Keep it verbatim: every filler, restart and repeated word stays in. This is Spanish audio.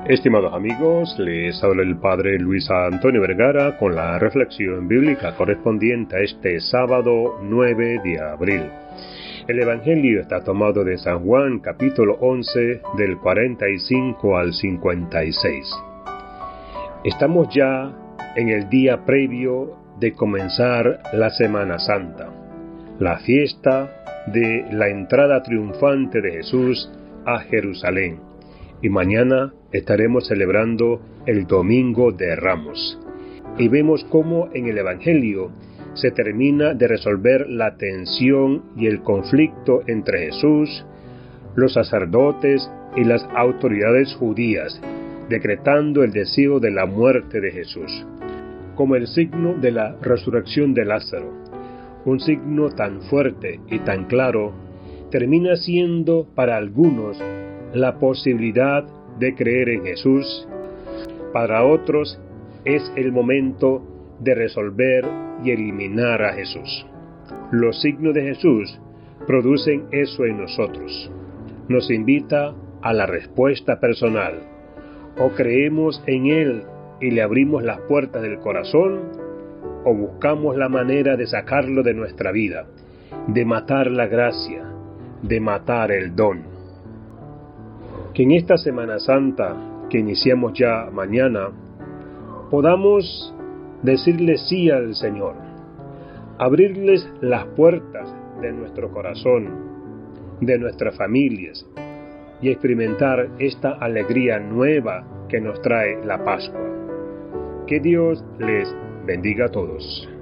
Estimados amigos, les habla el Padre Luis Antonio Vergara con la reflexión bíblica correspondiente a este sábado nueve de abril. El Evangelio está tomado de San Juan, capítulo once, del cuarenta y cinco al cincuenta y seis. Estamos ya en el día previo de comenzar la Semana Santa, la fiesta de la entrada triunfante de Jesús a Jerusalén. Y mañana estaremos celebrando el Domingo de Ramos. Y vemos cómo en el Evangelio se termina de resolver la tensión y el conflicto entre Jesús, los sacerdotes y las autoridades judías, decretando el deseo de la muerte de Jesús, como el signo de la resurrección de Lázaro. Un signo tan fuerte y tan claro termina siendo para algunos la posibilidad de creer en Jesús. Para otros es el momento de resolver y eliminar a Jesús. Los signos de Jesús producen eso en nosotros. Nos invita a la respuesta personal. O creemos en Él y le abrimos las puertas del corazón, o buscamos la manera de sacarlo de nuestra vida, de matar la gracia, de matar el don. Que en esta Semana Santa, que iniciamos ya mañana, podamos decirle sí al Señor, abrirles las puertas de nuestro corazón, de nuestras familias, y experimentar esta alegría nueva que nos trae la Pascua. Que Dios les bendiga a todos.